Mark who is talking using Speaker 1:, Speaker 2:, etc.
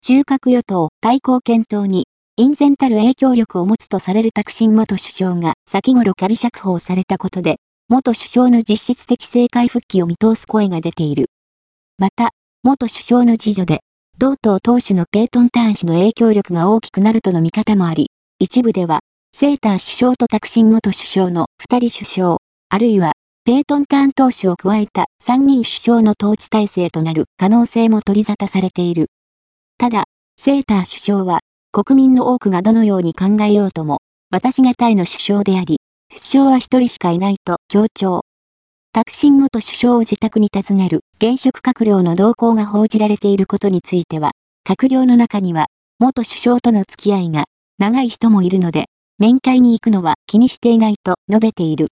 Speaker 1: 中核与党対抗検討に、隠然たる影響力を持つとされるタクシン元首相が先頃仮釈放されたことで、元首相の実質的政界復帰を見通す声が出ている。また、元首相の次女で、同党党首のペートン・ターン氏の影響力が大きくなるとの見方もあり、一部では、セーター首相とタクシン元首相の二人首相、あるいは、ペートン・ターン党首を加えた三人首相の統治体制となる可能性も取り沙汰されている。ただ、セーター首相は、国民の多くがどのように考えようとも、私がタイの首相であり、首相は一人しかいないと強調。タクシン元首相を自宅に訪ねる現職閣僚の動向が報じられていることについては、閣僚の中には、元首相との付き合いが長い人もいるので、面会に行くのは気にしていないと述べている。